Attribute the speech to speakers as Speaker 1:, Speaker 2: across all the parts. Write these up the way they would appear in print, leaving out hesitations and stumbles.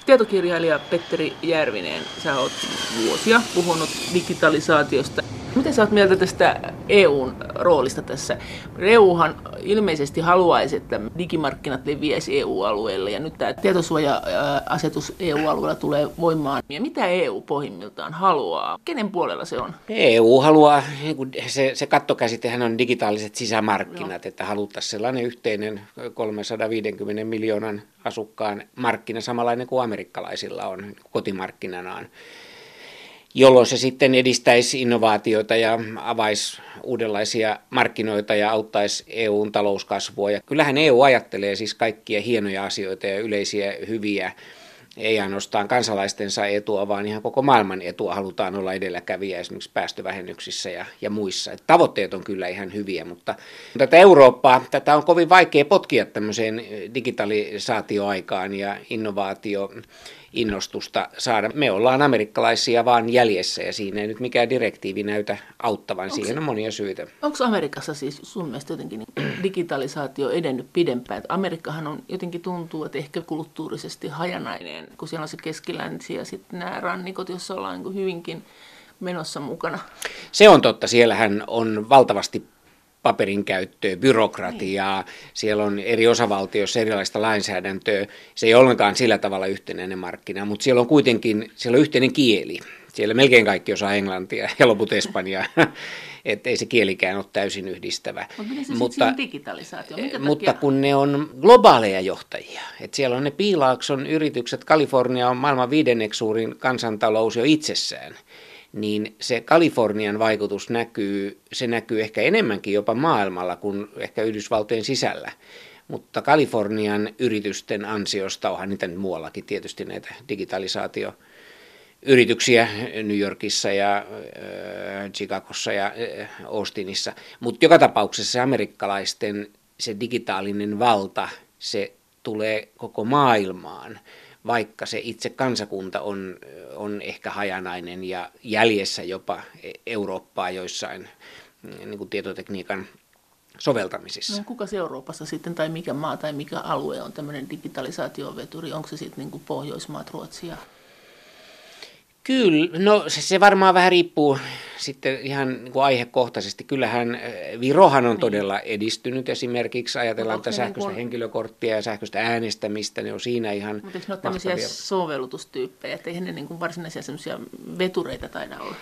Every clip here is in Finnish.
Speaker 1: Tietokirjailija Petteri Järvinen, sä oot vuosia puhunut digitalisaatiosta. Miten sä oot mieltä tästä EUn roolista tässä? EUhan ilmeisesti haluaisi, että digimarkkinat leviäisi EU-alueelle ja nyt tämä tietosuoja-asetus EU-alueella tulee voimaan. Ja mitä EU pohjimmiltaan haluaa? Kenen puolella se on?
Speaker 2: EU haluaa, se kattokäsitehän on digitaaliset sisämarkkinat, että haluttaisiin sellainen yhteinen 350 miljoonan asukkaan markkina samanlainen kuin amerikkalaisilla on kotimarkkinanaan, jolloin se sitten edistäisi innovaatioita ja avaisi uudenlaisia markkinoita ja auttaisi EUn talouskasvua. Ja kyllähän EU ajattelee siis kaikkia hienoja asioita ja yleisiä hyviä, ei ainoastaan kansalaistensa etua, vaan ihan koko maailman etua halutaan olla edelläkävijä esimerkiksi päästövähennyksissä ja muissa. Et tavoitteet on kyllä ihan hyviä, mutta tätä Eurooppaa, tätä on kovin vaikea potkia tämmöiseen digitalisaatioaikaan ja innovaatioinnostusta saada. Me ollaan amerikkalaisia vaan jäljessä ja siinä ei nyt mikään direktiivi näytä auttavan. Siihen on monia syitä.
Speaker 1: Onko Amerikassa siis sun mielestä jotenkin digitalisaatio edennyt pidempään? Amerikkahan on jotenkin tuntuu, että ehkä kulttuurisesti hajanainen, kun siellä on se keskilänsi ja sitten nämä rannikot, joissa ollaan hyvinkin menossa mukana.
Speaker 2: Se on totta. Siellähän on valtavasti paperin käyttöä, byrokratiaa, siellä on eri osavaltioissa erilaista lainsäädäntöä. Se ei ole ollenkaan sillä tavalla yhtenäinen markkina, mutta siellä on kuitenkin yhteinen kieli. Siellä melkein kaikki osaa englantia ja loput espanjaa, että ei se kielikään ole täysin yhdistävä.
Speaker 1: Mutta digitalisaatio?
Speaker 2: Mutta kun ne on globaaleja johtajia, että siellä on ne Piilaakson yritykset, Kalifornia on maailman 5. suurin kansantalous jo itsessään, niin se Kalifornian vaikutus näkyy ehkä enemmänkin jopa maailmalla kuin ehkä Yhdysvaltojen sisällä. Mutta Kalifornian yritysten ansiosta, onhan niitä nyt muuallakin tietysti näitä digitalisaatioyrityksiä New Yorkissa ja Chicagossa ja Austinissa. Mutta joka tapauksessa se amerikkalaisten se digitaalinen valta, se tulee koko maailmaan, vaikka se itse kansakunta on ehkä hajanainen ja jäljessä jopa Eurooppaa joissain niin kuin tietotekniikan soveltamisissa.
Speaker 1: No, kuka Euroopassa sitten, tai mikä maa tai mikä alue on tämmöinen digitalisaatioveturi? Onko se sitten niin kuin Pohjoismaat, Ruotsia?
Speaker 2: Kyllä, no se varmaan vähän riippuu sitten ihan niin kuin aihekohtaisesti. Kyllähän Virohan on todella edistynyt esimerkiksi, ajatellaan tätä sähköistä henkilökorttia ja sähköistä äänestämistä, ne on siinä ihan
Speaker 1: mutta eikö ne ole tämmöisiä sovellutustyyppejä, että eihän ne niin kuin varsinaisia semmoisia vetureita taida olla?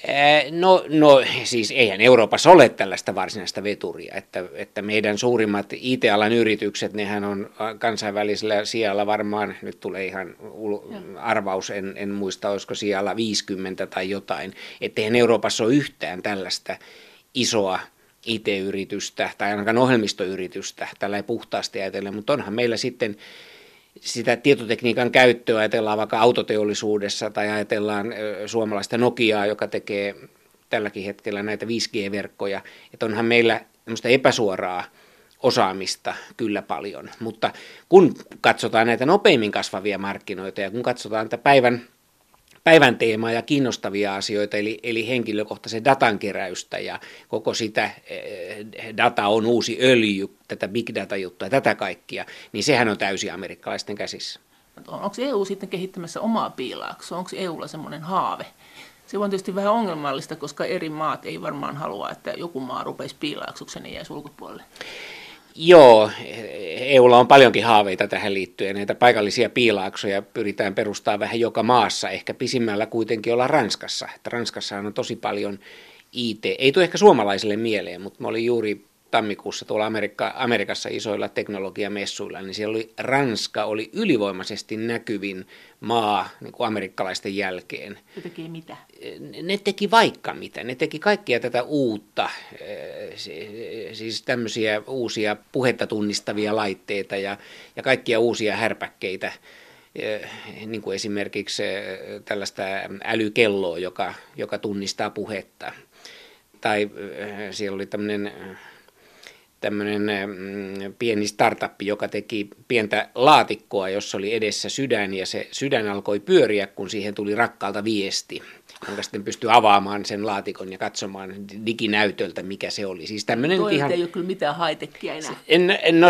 Speaker 2: No siis eihän Euroopassa ole tällaista varsinaista veturia, että meidän suurimmat IT-alan yritykset, nehän on kansainvälisellä sijalla varmaan, nyt tulee ihan arvaus, en muista, olisiko sijalla 50 tai jotain, että eihän Euroopassa ole yhtään tällaista isoa IT-yritystä tai ainakaan ohjelmistoyritystä, tällä ei puhtaasti ajatellen, mutta onhan meillä sitten sitä tietotekniikan käyttöä, ajatellaan vaikka autoteollisuudessa tai ajatellaan suomalaista Nokiaa, joka tekee tälläkin hetkellä näitä 5G-verkkoja, että onhan meillä epäsuoraa osaamista kyllä paljon, mutta kun katsotaan näitä nopeimmin kasvavia markkinoita ja kun katsotaan tätä päivän teemaa ja kiinnostavia asioita, eli henkilökohtaisen datan keräystä ja koko sitä data on uusi öljy, tätä big data-juttua ja tätä kaikkia, niin sehän on täysin amerikkalaisten käsissä.
Speaker 1: Onko EU sitten kehittämässä omaa piilaaksoa? Onko EUlla semmoinen haave? Se on tietysti vähän ongelmallista, koska eri maat ei varmaan halua, että joku maa rupeisi piilaaksoksi ja jäisi ulkopuolelle.
Speaker 2: Joo, EUlla on paljonkin haaveita tähän liittyen. Näitä paikallisia piilaaksoja pyritään perustamaan vähän joka maassa, ehkä pisimmällä kuitenkin olla Ranskassa. Että Ranskassahan on tosi paljon IT. Ei tule ehkä suomalaisille mieleen, mutta mä olin juuri tammikuussa tuolla Amerikassa isoilla teknologiamessuilla, niin siellä oli Ranska oli ylivoimaisesti näkyvin maa niin kuin amerikkalaisten jälkeen.
Speaker 1: Ne teki mitä?
Speaker 2: Ne teki vaikka mitä. Ne teki kaikkia tätä uutta, siis tämmöisiä uusia puhetta tunnistavia laitteita ja kaikkia uusia härpäkkeitä, niin kuin esimerkiksi tällaista älykelloa, joka tunnistaa puhetta. Tai siellä oli tämmöinen pieni startup, joka teki pientä laatikkoa, jossa oli edessä sydän, ja se sydän alkoi pyöriä, kun siihen tuli rakkaalta viesti. jonka sitten pystyy avaamaan sen laatikon ja katsomaan diginäytöltä, mikä se oli. Siis tämmöinen
Speaker 1: ihan... ei ole kyllä mitään high-techia enää.
Speaker 2: No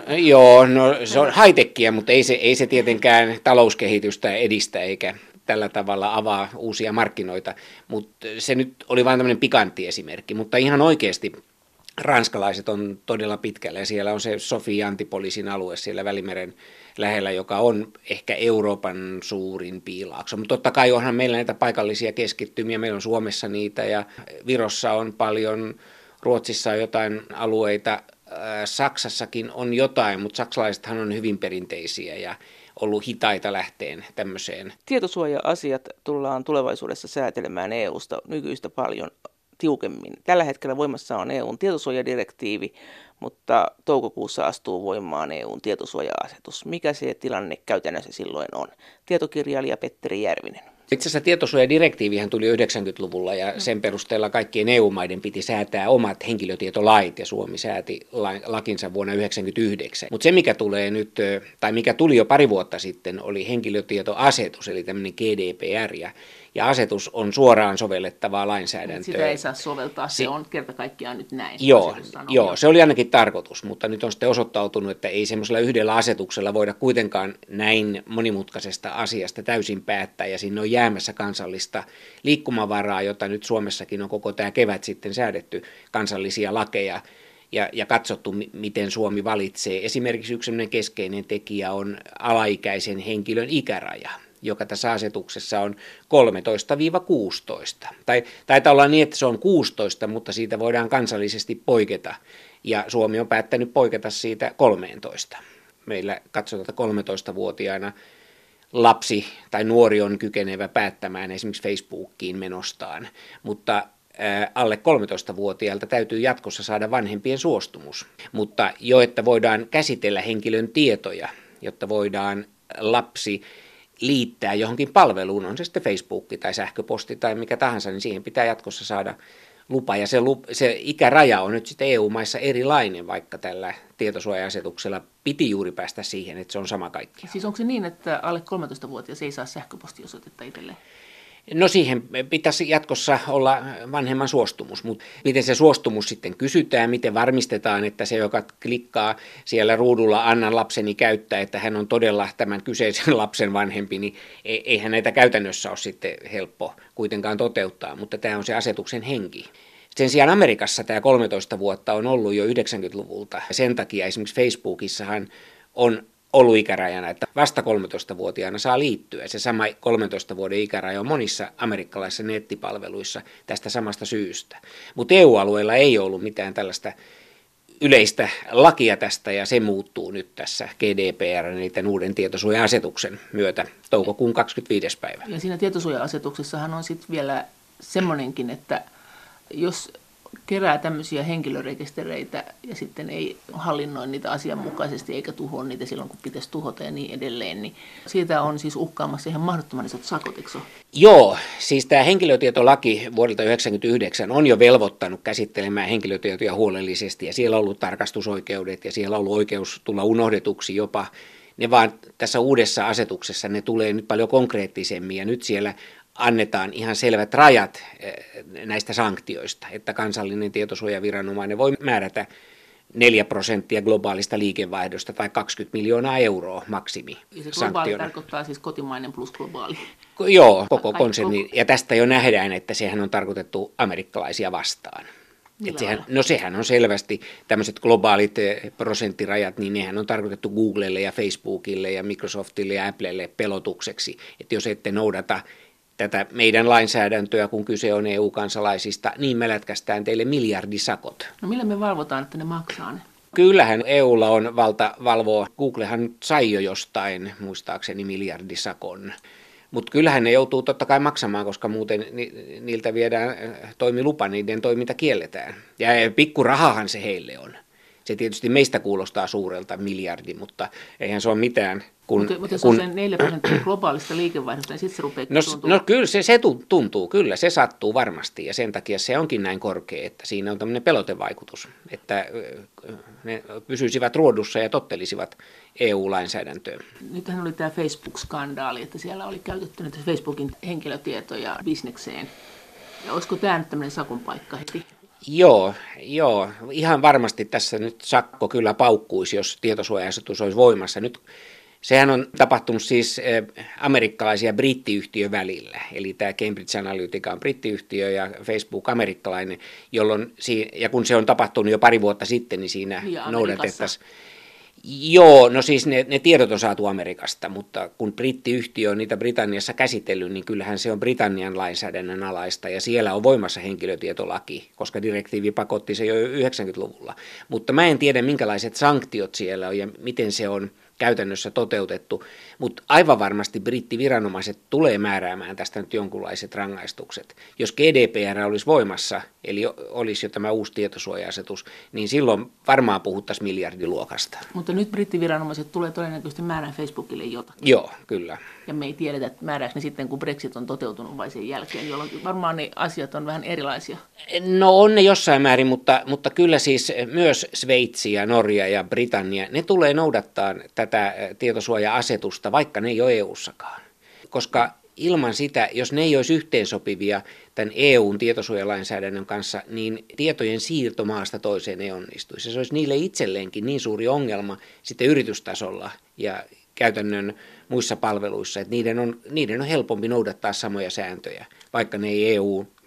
Speaker 2: se on high-techia, mutta ei se tietenkään talouskehitystä edistä eikä tällä tavalla avaa uusia markkinoita, mutta se nyt oli vain tämmöinen pikantti esimerkki, mutta ihan oikeasti ranskalaiset on todella pitkällä ja siellä on se Sophie Antipolisin alue siellä Välimeren lähellä, joka on ehkä Euroopan suurin piilaakso. Mutta totta kai onhan meillä näitä paikallisia keskittymiä, meillä on Suomessa niitä ja Virossa on paljon, Ruotsissa on jotain alueita, Saksassakin on jotain, mutta saksalaisethan on hyvin perinteisiä ja ollut hitaita lähteen tämmöiseen.
Speaker 1: Tietosuoja-asiat tullaan tulevaisuudessa säätelemään EUsta nykyistä paljon tiukemmin. Tällä hetkellä voimassa on EUn tietosuojadirektiivi, mutta toukokuussa astuu voimaan EUn tietosuoja-asetus. Mikä se tilanne käytännössä silloin on? Tietokirjailija Petteri Järvinen.
Speaker 2: Itse asiassa tietosuojadirektiivihän tuli 90-luvulla ja sen perusteella kaikkien EU-maiden piti säätää omat henkilötietolait ja Suomi sääti lakinsa vuonna 1999. Mutta se mikä tulee nyt, tai mikä tuli jo pari vuotta sitten, oli henkilötietoasetus, eli tämmöinen GDPR ja asetus on suoraan sovellettavaa lainsäädäntöä.
Speaker 1: Sitä ei saa soveltaa, se on kerta kaikkiaan nyt näin.
Speaker 2: Joo, se oli ainakin tarkoitus, mutta nyt on sitten osoittautunut, että ei semmoisella yhdellä asetuksella voida kuitenkaan näin monimutkaisesta asiasta täysin päättää, ja siinä on jäämässä kansallista liikkumavaraa, jota nyt Suomessakin on koko tämä kevät sitten säädetty kansallisia lakeja, ja katsottu, miten Suomi valitsee. Esimerkiksi yksi keskeinen tekijä on alaikäisen henkilön ikäraja, joka tässä asetuksessa on 13-16. Tai taitaa olla niin, että se on 16, mutta siitä voidaan kansallisesti poiketa. Ja Suomi on päättänyt poiketa siitä 13. Meillä katsotaan, että 13-vuotiaana lapsi tai nuori on kykenevä päättämään esimerkiksi Facebookiin menostaan, mutta alle 13-vuotiaalta täytyy jatkossa saada vanhempien suostumus. Mutta jo, että voidaan käsitellä henkilön tietoja, jotta voidaan lapsi liittää johonkin palveluun, on se sitten Facebook tai sähköposti tai mikä tahansa, niin siihen pitää jatkossa saada lupa. Ja se ikäraja on nyt sitten EU-maissa erilainen, vaikka tällä tietosuoja-asetuksella piti juuri päästä siihen, että se on sama kaikki.
Speaker 1: Siis onko se niin, että alle 13-vuotias ei saa sähköpostiosoitetta itselleen?
Speaker 2: No siihen pitäisi jatkossa olla vanhemman suostumus, mutta miten se suostumus sitten kysytään, miten varmistetaan, että se, joka klikkaa siellä ruudulla annan lapseni käyttää, että hän on todella tämän kyseisen lapsen vanhempi, niin eihän näitä käytännössä ole sitten helppo kuitenkaan toteuttaa, mutta tämä on se asetuksen henki. Sen sijaan Amerikassa tämä 13 vuotta on ollut jo 90-luvulta. Sen takia esimerkiksi Facebookissahan on ollut ikärajana, että vasta 13-vuotiaana saa liittyä. Se sama 13 vuoden ikäraja on monissa amerikkalaisissa nettipalveluissa tästä samasta syystä. Mutta EU-alueella ei ollut mitään tällaista yleistä lakia tästä, ja se muuttuu nyt tässä GDPR, eli tämän uuden tietosuoja-asetuksen myötä toukokuun 25. päivä.
Speaker 1: Ja siinä tietosuoja-asetuksessahan on sitten vielä semmoinenkin, että jos kerää tämmöisiä henkilörekistereitä ja sitten ei hallinnoi niitä asianmukaisesti eikä tuhoa niitä silloin, kun pitäisi tuhota ja niin edelleen, niin siitä on siis uhkaamassa ihan mahdottoman isot sakot, eikö?
Speaker 2: Joo, siis tämä henkilötietolaki vuodelta 1999 on jo velvoittanut käsittelemään henkilötietoja huolellisesti, ja siellä on ollut tarkastusoikeudet ja siellä on ollut oikeus tulla unohdetuksi jopa. Ne vaan tässä uudessa asetuksessa ne tulee nyt paljon konkreettisemmin, ja nyt siellä annetaan ihan selvät rajat näistä sanktioista, että kansallinen tietosuojaviranomainen voi määrätä 4% globaalista liikevaihdosta tai 20 miljoonaa euroa maksimi.
Speaker 1: Ja se globaali tarkoittaa siis kotimainen plus globaali.
Speaker 2: Joo, koko konserni. Ja tästä jo nähdään, että sehän on tarkoitettu amerikkalaisia vastaan. Sehän on selvästi tämmöiset globaalit prosenttirajat, niin nehän on tarkoitettu Googlelle ja Facebookille ja Microsoftille ja Applelle pelotukseksi, että jos ette noudata tätä meidän lainsäädäntöä, kun kyse on EU-kansalaisista, niin me lätkästään teille miljardisakot.
Speaker 1: No millä me valvotaan, että ne maksaa ne?
Speaker 2: Kyllähän EUlla on valta valvoa. Googlehan sai jo jostain, muistaakseni, miljardisakon. Mutta kyllähän ne joutuu totta kai maksamaan, koska muuten niiltä viedään toimilupa, niiden toiminta kielletään. Ja pikkurahahan se heille on. Se tietysti meistä kuulostaa suurelta miljardi, mutta eihän se ole mitään.
Speaker 1: Mutta jos on se 4% globaalista liikevaihdosta, niin sitten se rupeaa tuntua.
Speaker 2: No kyllä se tuntuu, kyllä se sattuu varmasti ja sen takia se onkin näin korkea, että siinä on tämmöinen pelotevaikutus, että ne pysyisivät ruodussa ja tottelisivat EU-lainsäädäntöön.
Speaker 1: Nythän oli tämä Facebook-skandaali, että siellä oli käytetty näitä Facebookin henkilötietoja bisnekseen. Ja olisiko tämä nyt tämmöinen sakon paikka heti?
Speaker 2: Joo, ihan varmasti tässä nyt sakko kyllä paukkuisi, jos tietosuoja-asetus olisi voimassa. Nyt sehän on tapahtunut siis amerikkalaisia brittiyhtiön välillä, eli tämä Cambridge Analytica on brittiyhtiö ja Facebook amerikkalainen, ja kun se on tapahtunut jo pari vuotta sitten, niin siinä noudatettaisiin. Joo, no siis ne tiedot on saatu Amerikasta, mutta kun brittiyhtiö on niitä Britanniassa käsitellyt, niin kyllähän se on Britannian lainsäädännön alaista ja siellä on voimassa henkilötietolaki, koska direktiivi pakotti se jo 90-luvulla. Mutta mä en tiedä, minkälaiset sanktiot siellä on ja miten se on käytännössä toteutettu, mutta aivan varmasti brittiviranomaiset tulee määräämään tästä nyt jonkunlaiset rangaistukset. Jos GDPR olisi voimassa, eli olisi jo tämä uusi tietosuoja-asetus, niin silloin varmaan puhuttaisiin miljardiluokasta.
Speaker 1: Mutta nyt brittiviranomaiset tulee todennäköisesti määrään Facebookille jotakin.
Speaker 2: Joo, kyllä.
Speaker 1: Ja me ei tiedetä, että määrääkö ne sitten, kun Brexit on toteutunut vai sen jälkeen, jolloin varmaan ne asiat on vähän erilaisia.
Speaker 2: No on ne jossain määrin, mutta kyllä siis myös Sveitsi ja Norja ja Britannia, ne tulee noudattaa tätä tietosuoja-asetusta, vaikka ne ei ole EU-sakaan. Koska ilman sitä, jos ne ei olisi yhteensopivia tämän EUn tietosuojalainsäädännön kanssa, niin tietojen siirto maasta toiseen ei onnistuisi. Se olisi niille itselleenkin niin suuri ongelma sitten yritystasolla ja käytännön muissa palveluissa, että niiden on helpompi noudattaa samoja sääntöjä, vaikka ne ei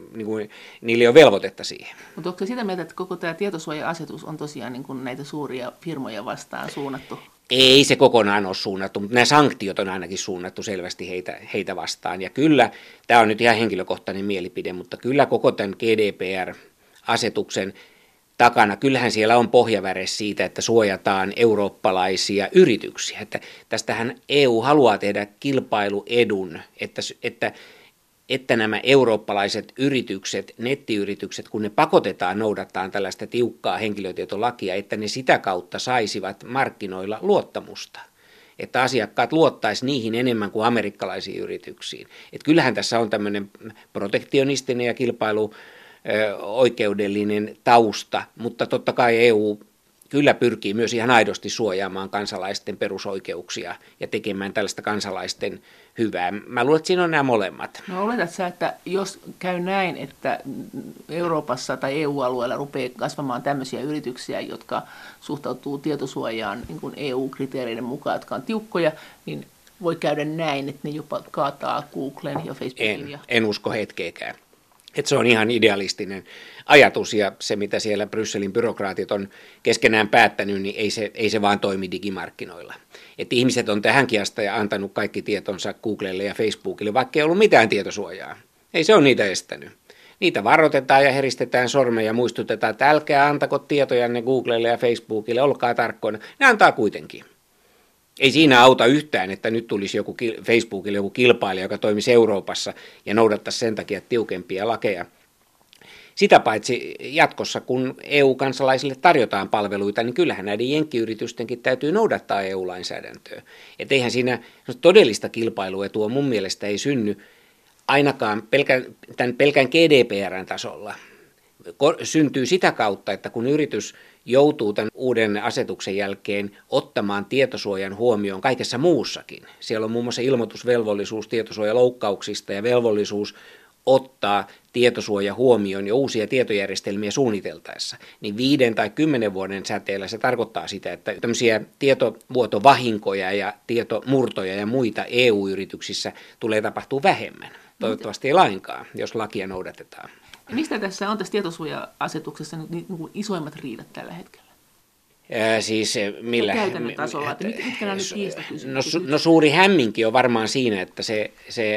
Speaker 2: niille ole velvoitetta siihen.
Speaker 1: Mutta onko sitä mieltä, että koko tämä tietosuoja-asetus on tosiaan niin kuin näitä suuria firmoja vastaan suunnattu?
Speaker 2: Ei se kokonaan ole suunnattu, mutta nämä sanktiot on ainakin suunnattu selvästi heitä vastaan. Ja kyllä, tämä on nyt ihan henkilökohtainen mielipide, mutta kyllä koko tämän GDPR-asetuksen takana, kyllähän siellä on pohjaväre siitä, että suojataan eurooppalaisia yrityksiä. Että tästähän EU haluaa tehdä kilpailuedun, että nämä eurooppalaiset yritykset, nettiyritykset, kun ne pakotetaan noudattaa tällaista tiukkaa henkilötietolakia, että ne sitä kautta saisivat markkinoilla luottamusta. Että asiakkaat luottaisi niihin enemmän kuin amerikkalaisiin yrityksiin. Että kyllähän tässä on tämmöinen protektionistinen ja kilpailuoikeudellinen tausta, mutta totta kai EU kyllä pyrkii myös ihan aidosti suojaamaan kansalaisten perusoikeuksia ja tekemään tällaista kansalaisten hyvää. Mä luulen, että siinä on nämä molemmat.
Speaker 1: No oletat sä, että jos käy näin, että Euroopassa tai EU-alueella rupeaa kasvamaan tämmöisiä yrityksiä, jotka suhtautuu tietosuojaan niin kuin EU-kriteereiden mukaan, jotka on tiukkoja, niin voi käydä näin, että ne jopa kaataa Googlen ja Facebookin.
Speaker 2: En usko hetkeäkään. Että se on ihan idealistinen ajatus ja se, mitä siellä Brysselin byrokraatit on keskenään päättänyt, niin ei se vaan toimi digimarkkinoilla. Että ihmiset on tähänkin asti antanut kaikki tietonsa Googlelle ja Facebookille, vaikka ei ollut mitään tietosuojaa. Ei se ole niitä estänyt. Niitä varoitetaan ja heristetään sormeja ja muistutetaan, että älkää antako tietojanne Googlelle ja Facebookille, olkaa tarkkoina. Ne antaa kuitenkin. Ei siinä auta yhtään, että nyt tulisi Facebookille joku kilpailija, joka toimisi Euroopassa ja noudattaisi sen takia tiukempia lakeja. Sitä paitsi jatkossa, kun EU-kansalaisille tarjotaan palveluita, niin kyllähän näiden jenkkiyritystenkin täytyy noudattaa EU-lainsäädäntöä. Että eihän siinä todellista kilpailuetua mun mielestä ei synny ainakaan tämän pelkän GDPRn tasolla. Syntyy sitä kautta, että kun yritys joutuu tämän uuden asetuksen jälkeen ottamaan tietosuojan huomioon kaikessa muussakin. Siellä on muun muassa ilmoitusvelvollisuus tietosuojaloukkauksista ja velvollisuus ottaa tietosuoja huomioon jo uusia tietojärjestelmiä suunniteltaessa. Niin 5 tai 10 vuoden säteellä se tarkoittaa sitä, että tämmöisiä tietovuotovahinkoja ja tietomurtoja ja muita EU-yrityksissä tulee tapahtua vähemmän. Toivottavasti ei lainkaan, jos lakia noudatetaan.
Speaker 1: Mistä tässä on tässä tietosuoja-asetuksessa niin kuin isoimmat riidat tällä hetkellä?
Speaker 2: Siis millä?
Speaker 1: Käytännön tasolla, että mitkä nämä nyt kiistakysymykset?
Speaker 2: No suuri hämminki on varmaan siinä, että se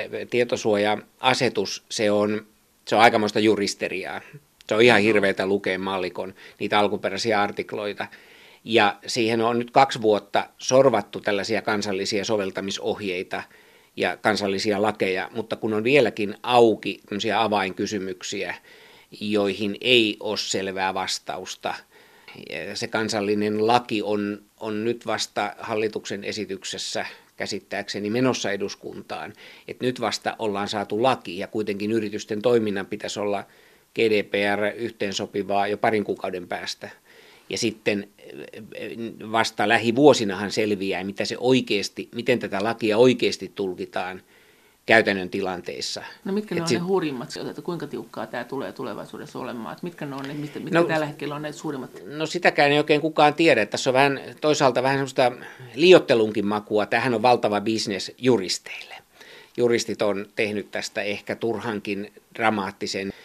Speaker 2: tietosuoja-asetus, se on aikamoista juristeriaa. Se on ihan hirveätä lukea mallikon niitä alkuperäisiä artikloita. Ja siihen on nyt 2 vuotta sorvattu tällaisia kansallisia soveltamisohjeita ja kansallisia lakeja, mutta kun on vieläkin auki tämmöisiä avainkysymyksiä, joihin ei ole selvää vastausta, se kansallinen laki on nyt vasta hallituksen esityksessä käsittääkseni menossa eduskuntaan, että nyt vasta ollaan saatu laki ja kuitenkin yritysten toiminnan pitäisi olla GDPR yhteensopivaa jo parin kuukauden päästä. Ja sitten vasta lähivuosinahan selviää, miten tätä lakia oikeasti tulkitaan käytännön tilanteissa.
Speaker 1: No mitkä ne on ne hurjimmat, että kuinka tiukkaa tämä tulee tulevaisuudessa olemaan? Että mitkä ne on ne, mitkä tällä hetkellä on ne suurimmat?
Speaker 2: No sitäkään ei oikein kukaan tiedä. Tässä on toisaalta vähän semmoista liioittelunkin makua. Tämähän on valtava bisnes juristeille. Juristit on tehnyt tästä ehkä turhankin dramaattisen.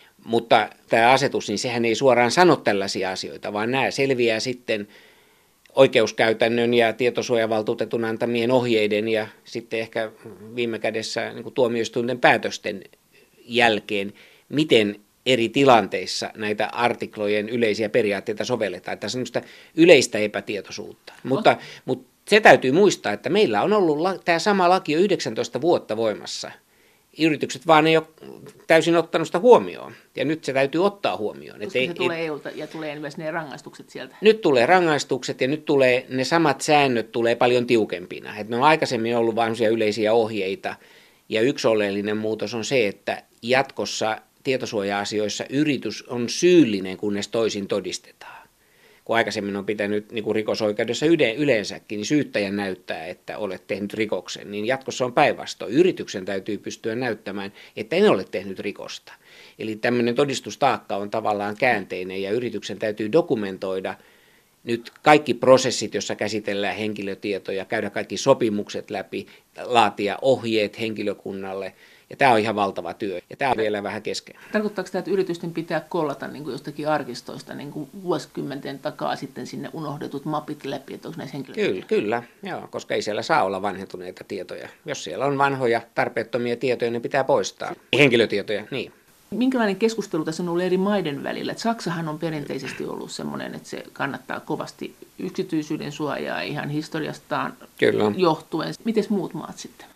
Speaker 2: Mutta tämä asetus, niin sehän ei suoraan sano tällaisia asioita, vaan nämä selviää sitten oikeuskäytännön ja tietosuojavaltuutetun antamien ohjeiden ja sitten ehkä viime kädessä niin kuin tuomioistuinten päätösten jälkeen, miten eri tilanteissa näitä artiklojen yleisiä periaatteita sovelletaan. Tässä on semmoista yleistä epätietoisuutta. Mutta se täytyy muistaa, että meillä on ollut tämä sama laki jo 19 vuotta voimassa. Yritykset vaan ei ole täysin ottanut sitä huomioon, ja nyt se täytyy ottaa huomioon.
Speaker 1: Koska se tulee EUlta ja tulee myös ne rangaistukset sieltä.
Speaker 2: Nyt tulee rangaistukset ja nyt tulee ne samat säännöt tulee paljon tiukempina. Et ne on aikaisemmin ollut vain yleisiä ohjeita, ja yksi oleellinen muutos on se, että jatkossa tietosuoja-asioissa yritys on syyllinen, kunnes toisin todistetaan. Kun aikaisemmin on pitänyt niin kuin rikosoikeudessa yleensäkin, niin syyttäjän näyttää, että olet tehnyt rikoksen, niin jatkossa on päinvastoin. Yrityksen täytyy pystyä näyttämään, että en ole tehnyt rikosta. Eli tämmöinen todistustaakka on tavallaan käänteinen ja yrityksen täytyy dokumentoida nyt kaikki prosessit, joissa käsitellään henkilötietoja, käydä kaikki sopimukset läpi, laatia ohjeet henkilökunnalle. Ja tämä on ihan valtava työ, ja tämä on vielä vähän kesken.
Speaker 1: Tarkoittaako tämä, että yritysten pitää kollata niin kuin jostakin arkistoista niin kuin vuosikymmenten takaa sitten sinne unohdetut mapit läpi, että onko näissä henkilötietoja?
Speaker 2: Kyllä, joo, koska ei siellä saa olla vanhentuneita tietoja. Jos siellä on vanhoja, tarpeettomia tietoja, ne pitää poistaa. Henkilötietoja, niin.
Speaker 1: Minkälainen keskustelu tässä on ollut eri maiden välillä? Että Saksahan on perinteisesti ollut sellainen, että se kannattaa kovasti yksityisyyden suojaa ihan historiastaan johtuen. Miten muut maat sitten?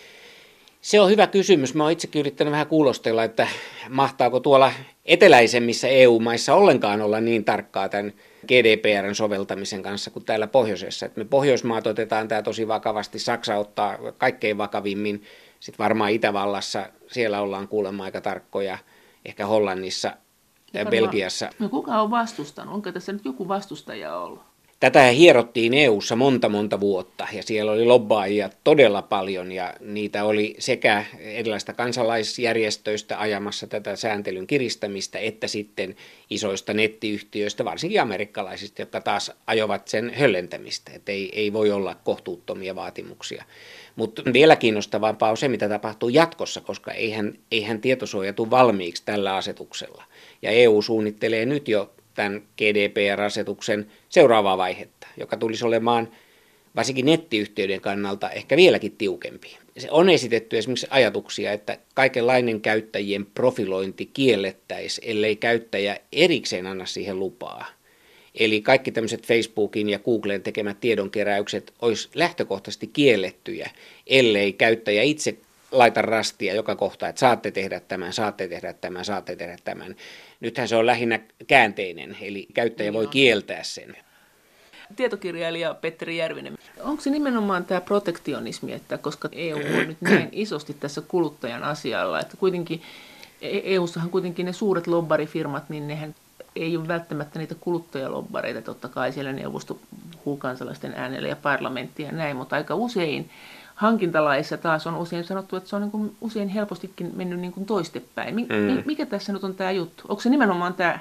Speaker 2: Se on hyvä kysymys. Mä oon itsekin yrittänyt vähän kuulostella, että mahtaako tuolla eteläisemmissä EU-maissa ollenkaan olla niin tarkkaa tämän GDPRn soveltamisen kanssa kuin täällä pohjoisessa. Että me Pohjoismaat otetaan tämä tosi vakavasti, Saksa ottaa kaikkein vakavimmin, sitten varmaan Itävallassa siellä ollaan kuulemma aika tarkkoja, ehkä Hollannissa ja Belgiassa.
Speaker 1: No kuka on vastustanut? Onko tässä nyt joku vastustaja ollut?
Speaker 2: Tätä hierottiin EU:ssa monta vuotta ja siellä oli lobbaajia todella paljon ja niitä oli sekä erilaisista kansalaisjärjestöistä ajamassa tätä sääntelyn kiristämistä että sitten isoista nettiyhtiöistä, varsinkin amerikkalaisista, jotka taas ajoivat sen höllentämistä, että ei voi olla kohtuuttomia vaatimuksia. Mutta vielä kiinnostavampaa on se, mitä tapahtuu jatkossa, koska eihän tietosuoja tule valmiiksi tällä asetuksella ja EU suunnittelee nyt jo tämän GDPR-asetuksen seuraavaa vaihetta, joka tulisi olemaan varsinkin nettiyhtiöiden kannalta ehkä vieläkin tiukempi. Se on esitetty esimerkiksi ajatuksia, että kaikenlainen käyttäjien profilointi kiellettäisiin, ellei käyttäjä erikseen anna siihen lupaa. Eli kaikki tämmöiset Facebookin ja Googlen tekemät tiedonkeräykset olisi lähtökohtaisesti kiellettyjä, ellei käyttäjä itse laita rastia joka kohta, että saatte tehdä tämän, saatte tehdä tämän, saatte tehdä tämän. Nythän se on lähinnä käänteinen, eli käyttäjä voi kieltää sen.
Speaker 1: Tietokirjailija Petteri Järvinen, onko se nimenomaan tämä protektionismi, että koska EU on nyt näin isosti tässä kuluttajan asialla, että kuitenkin EUssahan kuitenkin ne suuret lobbarifirmat, niin nehän ei ole välttämättä niitä kuluttajalobbareita, totta kai siellä neuvosto puhuu kansalaisten äänellä ja parlamentti ja näin, mutta aika usein hankintalaissa taas on usein sanottu, että se on niin kuin usein helpostikin mennyt niin kuin toistepäin. Mikä tässä nyt on tämä juttu? Onko se nimenomaan tämä?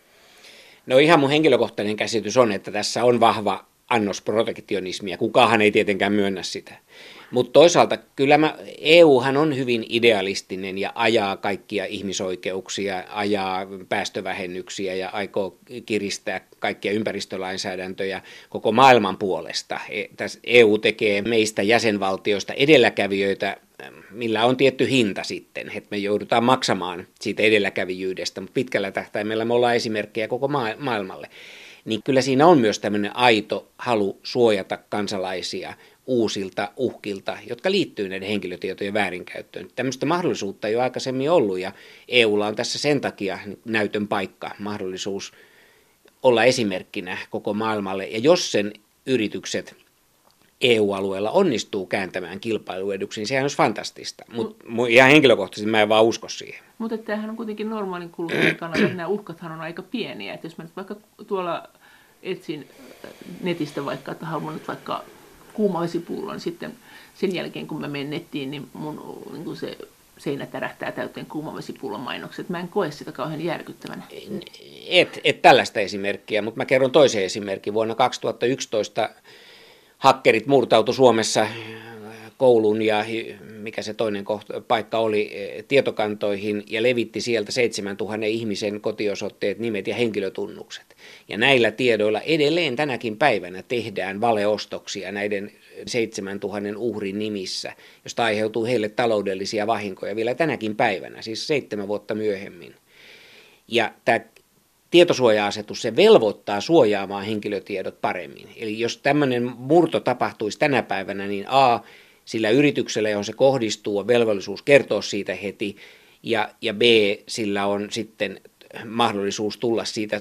Speaker 2: No ihan mun henkilökohtainen käsitys on, että tässä on vahva annos protektionismia. Kukaanhan ei tietenkään myönnä sitä. Mutta toisaalta kyllä EUhan on hyvin idealistinen ja ajaa kaikkia ihmisoikeuksia, ajaa päästövähennyksiä ja aikoo kiristää kaikkia ympäristölainsäädäntöjä koko maailman puolesta. EU tekee meistä jäsenvaltioista edelläkävijöitä, millä on tietty hinta sitten, että me joudutaan maksamaan siitä edelläkävijyydestä, mutta pitkällä tähtäimellä me ollaan esimerkkejä koko maailmalle. Niin kyllä siinä on myös tämmöinen aito halu suojata kansalaisia uusilta uhkilta, jotka liittyy näiden henkilötietojen väärinkäyttöön. Tämmöistä mahdollisuutta ei ole aikaisemmin ollut ja EUlla on tässä sen takia näytön paikka, mahdollisuus olla esimerkkinä koko maailmalle. Ja jos sen yritykset EU-alueella onnistuu kääntämään kilpailueduksi, niin sehän olisi fantastista. Mutta ihan henkilökohtaisesti mä en vaan usko siihen.
Speaker 1: Mutta tämähän on kuitenkin normaalin kuluttajan kannalta, että nämä uhkathan on aika pieniä. Että jos mä nyt vaikka tuolla etsin netistä vaikka, että haluan nyt vaikka kuumavesipullon, niin sitten sen jälkeen kun mä menen nettiin, niin mun niin se seinä tärähtää täyteen kuumavesipullon mainokset. Mä en koe sitä kauhean järkyttävänä.
Speaker 2: Et tällaista esimerkkiä, mutta mä kerron toisen esimerkin. Vuonna 2011 hakkerit murtautu Suomessa koulun ja mikä se toinen paikka oli, tietokantoihin ja levitti sieltä 7000 ihmisen kotiosoitteet, nimet ja henkilötunnukset. Ja näillä tiedoilla edelleen tänäkin päivänä tehdään valeostoksia näiden 7000 uhrin nimissä, josta aiheutuu heille taloudellisia vahinkoja vielä tänäkin päivänä, siis 7 vuotta myöhemmin. Ja tämä tietosuoja-asetus, se velvoittaa suojaamaan henkilötiedot paremmin. Eli jos tämmöinen murto tapahtuisi tänä päivänä, niin sillä yrityksellä, johon se kohdistuu, on velvollisuus kertoa siitä heti, ja B, sillä on sitten mahdollisuus tulla siitä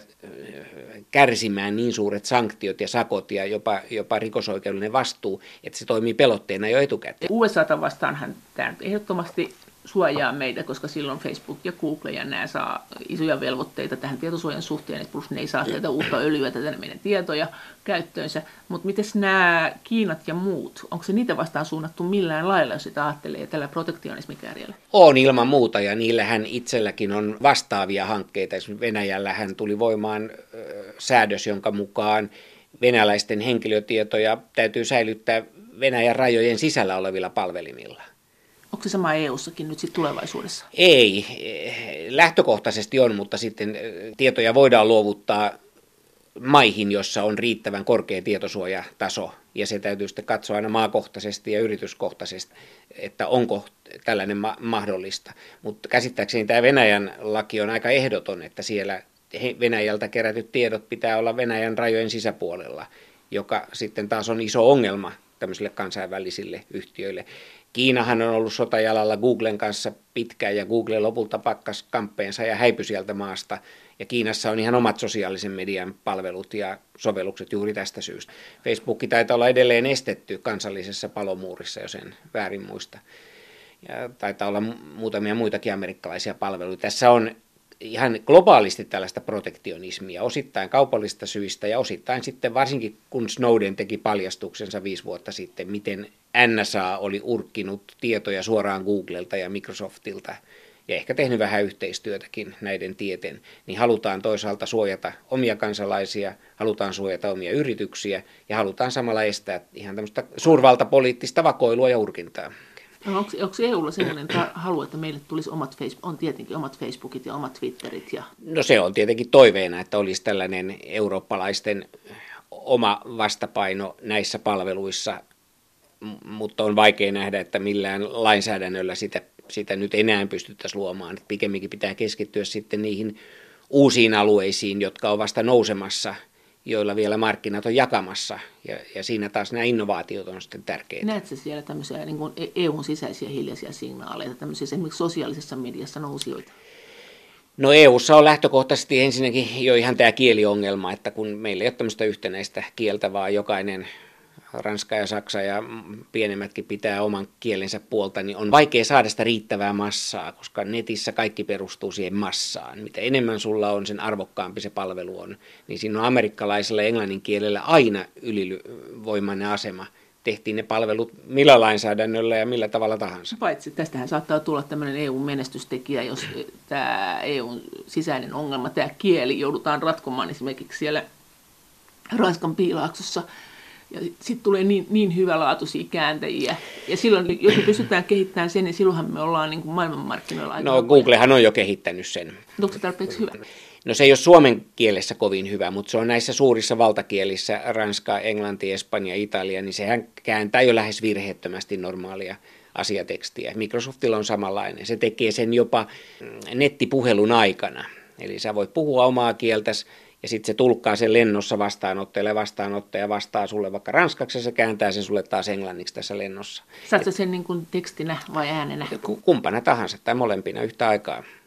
Speaker 2: kärsimään niin suuret sanktiot ja sakot ja jopa rikosoikeudellinen vastuu, että se toimii pelotteena jo etukäteen.
Speaker 1: USAta vastaanhan tämä ehdottomasti suojaa meitä, koska silloin Facebook ja Google ja nämä saa isoja velvoitteita tähän tietosuojan suhteen, plus ne ei saa tätä uutta öljyä, tätä meidän tietoja käyttöönsä. Mutta miten nämä Kiinat ja muut, onko se niitä vastaan suunnattu millään lailla, jos sitä ajattelee tällä protektionismikärjellä?
Speaker 2: On ilman muuta, ja niillähän itselläkin on vastaavia hankkeita. Esimerkiksi Venäjällähän tuli voimaan säädös, jonka mukaan venäläisten henkilötietoja täytyy säilyttää Venäjän rajojen sisällä olevilla palvelimilla.
Speaker 1: Onko se sama EU-sakin nyt sitten tulevaisuudessa?
Speaker 2: Ei, lähtökohtaisesti on, mutta sitten tietoja voidaan luovuttaa maihin, jossa on riittävän korkea tietosuojataso, ja se täytyy sitten katsoa aina maakohtaisesti ja yrityskohtaisesti, että onko tällainen mahdollista. Mutta käsittääkseni tämä Venäjän laki on aika ehdoton, että siellä Venäjältä kerätyt tiedot pitää olla Venäjän rajojen sisäpuolella, joka sitten taas on iso ongelma tämmöisille kansainvälisille yhtiöille. Kiinahan on ollut sotajalalla Googlen kanssa pitkään, ja Google lopulta pakkasi kamppeensa ja häipyi sieltä maasta. Ja Kiinassa on ihan omat sosiaalisen median palvelut ja sovellukset juuri tästä syystä. Facebook taitaa olla edelleen estetty kansallisessa palomuurissa, jos en väärin muista. Ja taitaa olla muutamia muitakin amerikkalaisia palveluita. Tässä on ihan globaalisti tällaista protektionismia, osittain kaupallista syistä ja osittain sitten varsinkin kun Snowden teki paljastuksensa 5 vuotta sitten, miten NSA oli urkkinut tietoja suoraan Googlelta ja Microsoftilta ja ehkä tehnyt vähän yhteistyötäkin näiden tieten, niin halutaan toisaalta suojata omia kansalaisia, halutaan suojata omia yrityksiä ja halutaan samalla estää ihan tämmöistä suurvaltapoliittista vakoilua ja urkintaa.
Speaker 1: No, onko EUlla sellainen halu, että meille tulisi on tietenkin omat Facebookit ja omat Twitterit?
Speaker 2: No se on tietenkin toiveena, että olisi tällainen eurooppalaisten oma vastapaino näissä palveluissa, mutta on vaikea nähdä, että millään lainsäädännöllä sitä nyt enää pystyttäisiin luomaan. Pikemminkin pitää keskittyä sitten niihin uusiin alueisiin, jotka on vasta nousemassa, joilla vielä markkinat on jakamassa, ja siinä taas nämä innovaatiot on sitten tärkeitä.
Speaker 1: Näetkö siellä tämmöisiä niin kuin EUn sisäisiä hiljaisia signaaleita, tämmöisiä esimerkiksi sosiaalisessa mediassa nousijoita?
Speaker 2: No EUssa on lähtökohtaisesti ensinnäkin jo ihan tämä kieliongelma, että kun meillä ei ole tämmöistä yhtenäistä kieltä, vaan jokainen Ranska ja Saksa ja pienemmätkin pitää oman kielensä puolta, niin on vaikea saada sitä riittävää massaa, koska netissä kaikki perustuu siihen massaan. Mitä enemmän sulla on, sen arvokkaampi se palvelu on. Niin siinä on amerikkalaisella ja englannin kielellä aina ylivoimainen asema. Tehtiin ne palvelut millä lainsäädännöllä ja millä tavalla tahansa.
Speaker 1: Paitsi tästähän saattaa tulla tämmöinen EU-menestystekijä, jos tämä EUn sisäinen ongelma, tämä kieli joudutaan ratkomaan esimerkiksi siellä Ranskan Piilaaksossa. Ja sitten tulee niin hyvälaatuisia kääntäjiä. Ja silloin, jos me pystytään kehittämään sen, niin silloinhan me ollaan niin kuin maailmanmarkkinoilla aika.
Speaker 2: No Googlehan on jo kehittänyt sen.
Speaker 1: Onko se tarpeeksi hyvä?
Speaker 2: No se ei ole suomen kielessä kovin hyvä, mutta se on näissä suurissa valtakielissä, Ranska, Englanti, Espanja, Italia, niin sehän kääntää jo lähes virheettömästi normaalia asiatekstiä. Microsoftilla on samanlainen. Se tekee sen jopa nettipuhelun aikana. Eli sä voit puhua omaa kieltäsi, ja sitten se tulkkaa sen lennossa vastaanottajalle, vastaanottaja vastaa sulle vaikka ranskaksi, ja se kääntää sen sulle taas englanniksi tässä lennossa.
Speaker 1: Saatko sen niin kuin tekstinä vai äänenä?
Speaker 2: Kumpana tahansa tai molempina yhtä aikaa.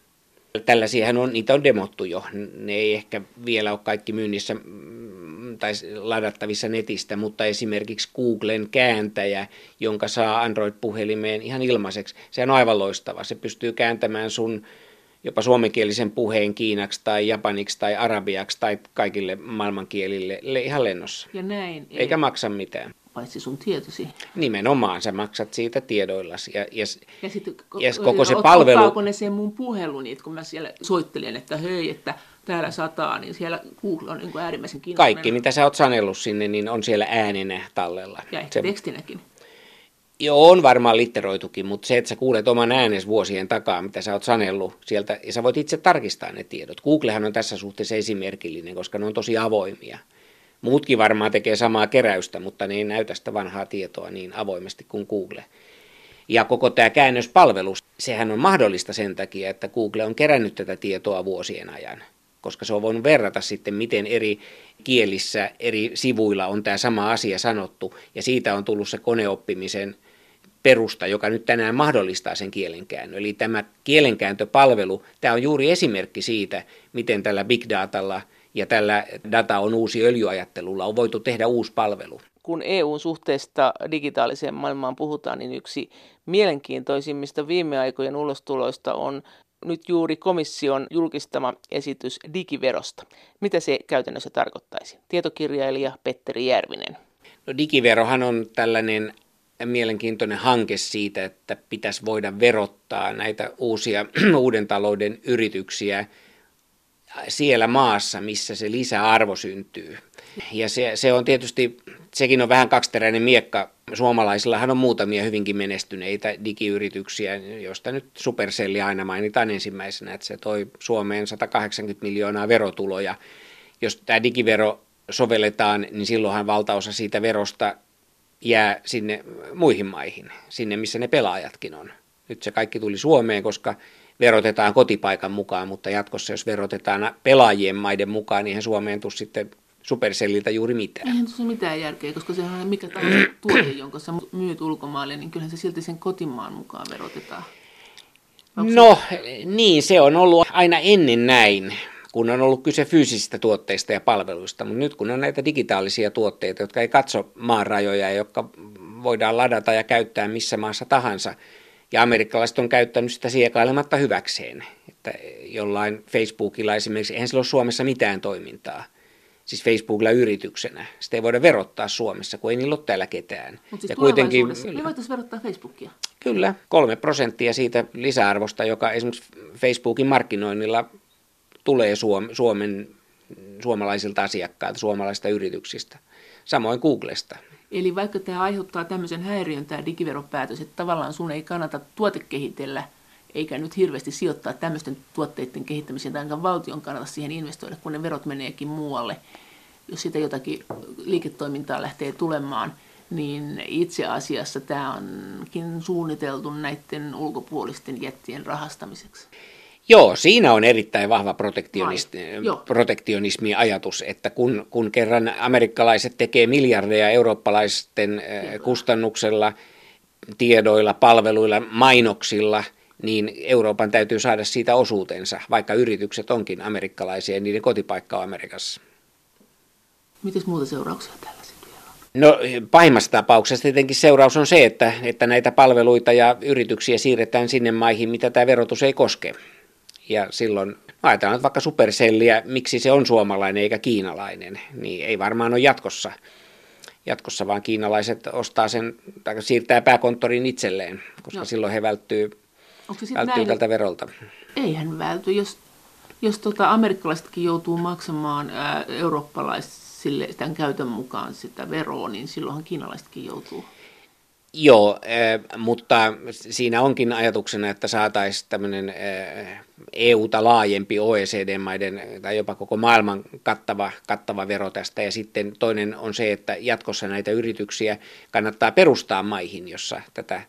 Speaker 2: Tällaisiahan on, niitä on demottu jo. Ne ei ehkä vielä ole kaikki myynnissä tai ladattavissa netistä, mutta esimerkiksi Googlen kääntäjä, jonka saa Android-puhelimeen ihan ilmaiseksi, se on aivan loistava. Se pystyy kääntämään sun jopa suomenkielisen puheen kiinaksi tai japaniksi tai arabiaksi tai kaikille maailmankielille ihan lennossa.
Speaker 1: Ja näin.
Speaker 2: Eikä maksa mitään.
Speaker 1: Paitsi sun tietosi.
Speaker 2: Nimenomaan, sä maksat siitä tiedoillasi.
Speaker 1: Ja sitten
Speaker 2: koko se palvelu...
Speaker 1: Ottaako ne sen mun puhelun, niin kun mä siellä soittelen, että hei, että täällä sataa, niin siellä Google on niin kuin äärimmäisen kiinnostunut.
Speaker 2: Kaikki, mitä sä oot sanellut sinne, niin on siellä äänenä tallella.
Speaker 1: Ja ehkä tekstinäkin.
Speaker 2: Joo, on varmaan litteroitukin, mutta se, että sä kuulet oman äänes vuosien takaa, mitä sä oot sanellut sieltä, ja sä voit itse tarkistaa ne tiedot. Googlehan on tässä suhteessa esimerkillinen, koska ne on tosi avoimia. Muutkin varmaan tekee samaa keräystä, mutta ne ei näytä sitä vanhaa tietoa niin avoimesti kuin Google. Ja koko tämä käännöspalvelu, sehän on mahdollista sen takia, että Google on kerännyt tätä tietoa vuosien ajan, koska se on voinut verrata sitten, miten eri kielissä, eri sivuilla on tämä sama asia sanottu, ja siitä on tullut se koneoppimisen perusta, joka nyt tänään mahdollistaa sen kielenkäännön. Eli tämä kielenkääntöpalvelu, tämä on juuri esimerkki siitä, miten tällä big datalla ja tällä data on uusi öljyajattelulla on voitu tehdä uusi palvelu.
Speaker 1: Kun EUn suhteesta digitaaliseen maailmaan puhutaan, niin yksi mielenkiintoisimmista viime aikojen ulostuloista on nyt juuri komission julkistama esitys digiverosta. Mitä se käytännössä tarkoittaisi? Tietokirjailija Petteri Järvinen.
Speaker 2: No, digiverohan on tällainen mielenkiintoinen hanke siitä, että pitäisi voida verottaa näitä uusia uuden talouden yrityksiä siellä maassa, missä se lisäarvo syntyy. Ja se on tietysti, sekin on vähän kaksiteräinen miekka. Suomalaisillahan on muutamia hyvinkin menestyneitä digiyrityksiä, joista nyt Supercell aina mainitaan ensimmäisenä, että se toi Suomeen 180 miljoonaa verotuloja. Jos tämä digivero sovelletaan, niin silloinhan valtaosa siitä verosta jää sinne muihin maihin, sinne missä ne pelaajatkin on. Nyt se kaikki tuli Suomeen, koska verotetaan kotipaikan mukaan, mutta jatkossa jos verotetaan pelaajien maiden mukaan, niin eihän Suomeen tule sitten Supercelliltä juuri mitään.
Speaker 1: Eihän tuossa mitään järkeä, koska sehän on mikä tahansa tuote, jonka sä myyt ulkomaille, niin kyllähän se silti sen kotimaan mukaan verotetaan.
Speaker 2: Niin, se on ollut aina ennen näin, kun on ollut kyse fyysisistä tuotteista ja palveluista, mutta nyt kun on näitä digitaalisia tuotteita, jotka ei katso maan rajoja ja jotka voidaan ladata ja käyttää missä maassa tahansa, ja amerikkalaiset on käyttänyt sitä siekailematta hyväkseen, että jollain Facebookilla esimerkiksi, eihän sillä ole Suomessa mitään toimintaa, siis Facebookilla yrityksenä. Sitä ei voida verottaa Suomessa, kun ei niillä ole täällä ketään.
Speaker 1: Mutta siis tulevaisuudessa me voitaisiin verottaa Facebookia?
Speaker 2: Kyllä, 3% siitä lisäarvosta, joka esimerkiksi Facebookin markkinoinnilla tulee suomalaisilta asiakkailta, suomalaisista yrityksistä, samoin Googlesta.
Speaker 1: Eli vaikka tämä aiheuttaa tämmöisen häiriön, tämä digiveropäätös, että tavallaan sun ei kannata tuotekehitellä, eikä nyt hirveästi sijoittaa tämmöisten tuotteiden kehittämiseen, tai ainakaan valtion kannata siihen investoida, kun ne verot meneekin muualle. Jos sitä jotakin liiketoimintaa lähtee tulemaan, niin itse asiassa tämä onkin suunniteltu näiden ulkopuolisten jättien rahastamiseksi.
Speaker 2: Joo, siinä on erittäin vahva protektionismi ajatus, että kun kerran amerikkalaiset tekee miljardeja eurooppalaisten kustannuksella, tiedoilla, palveluilla, mainoksilla, niin Euroopan täytyy saada siitä osuutensa, vaikka yritykset onkin amerikkalaisia ja niiden kotipaikka on Amerikassa.
Speaker 1: Mites muuta seurauksia tällä sitten vielä on?
Speaker 2: No, pahimmassa tapauksessa tietenkin seuraus on se, että näitä palveluita ja yrityksiä siirretään sinne maihin, mitä tämä verotus ei koske. Ja silloin ajatellaan nyt vaikka Supercellia, miksi se on suomalainen eikä kiinalainen, niin ei varmaan ole jatkossa vaan kiinalaiset ostaa sen tai siirtää pääkonttorin itselleen, koska silloin he välttyy tältä verolta.
Speaker 1: Eihän välty, jos amerikkalaisetkin joutuu maksamaan eurooppalaisille tämän käytön mukaan sitä veroa, niin silloinhan kiinalaisetkin joutuu.
Speaker 2: Joo, mutta siinä onkin ajatuksena, että saataisiin tämmöinen EUta laajempi OECD-maiden tai jopa koko maailman kattava vero tästä. Ja sitten toinen on se, että jatkossa näitä yrityksiä kannattaa perustaa maihin, jossa tätä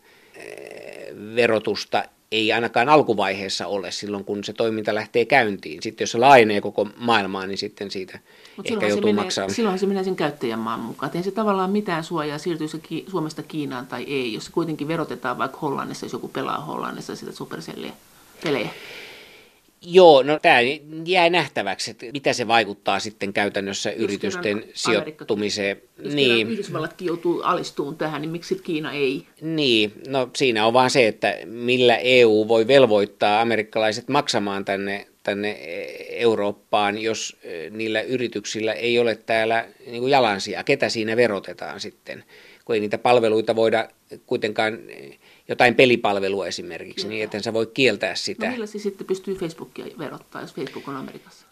Speaker 2: verotusta ei ainakaan alkuvaiheessa ole silloin, kun se toiminta lähtee käyntiin. Sitten jos se laajenee koko maailmaan, niin sitten siitä ehkä joutuu maksamaan.
Speaker 1: Silloin se menee sen käyttäjän maan mukaan. Eihän se tavallaan mitään suojaa, siirtyy se Suomesta Kiinaan tai ei, jos se kuitenkin verotetaan vaikka Hollannissa, jos joku pelaa Hollannissa sitä Supercellia pelejä.
Speaker 2: Joo, no tämä jää nähtäväksi, että mitä se vaikuttaa sitten käytännössä yritysten sijoittumiseen.
Speaker 1: Jos niin. Yhdysvallatkin joutuu alistumaan tähän, niin miksi Kiina ei?
Speaker 2: Niin, no siinä on vaan se, että millä EU voi velvoittaa amerikkalaiset maksamaan tänne Eurooppaan, jos niillä yrityksillä ei ole täällä niin kuin jalansijaa. Ketä siinä verotetaan sitten, kun ei niitä palveluita voida kuitenkaan, jotain pelipalvelua esimerkiksi, niin että sä voi kieltää sitä.
Speaker 1: No millä se sitten pystyy Facebookia verottaa, jos Facebook on Amerikassa?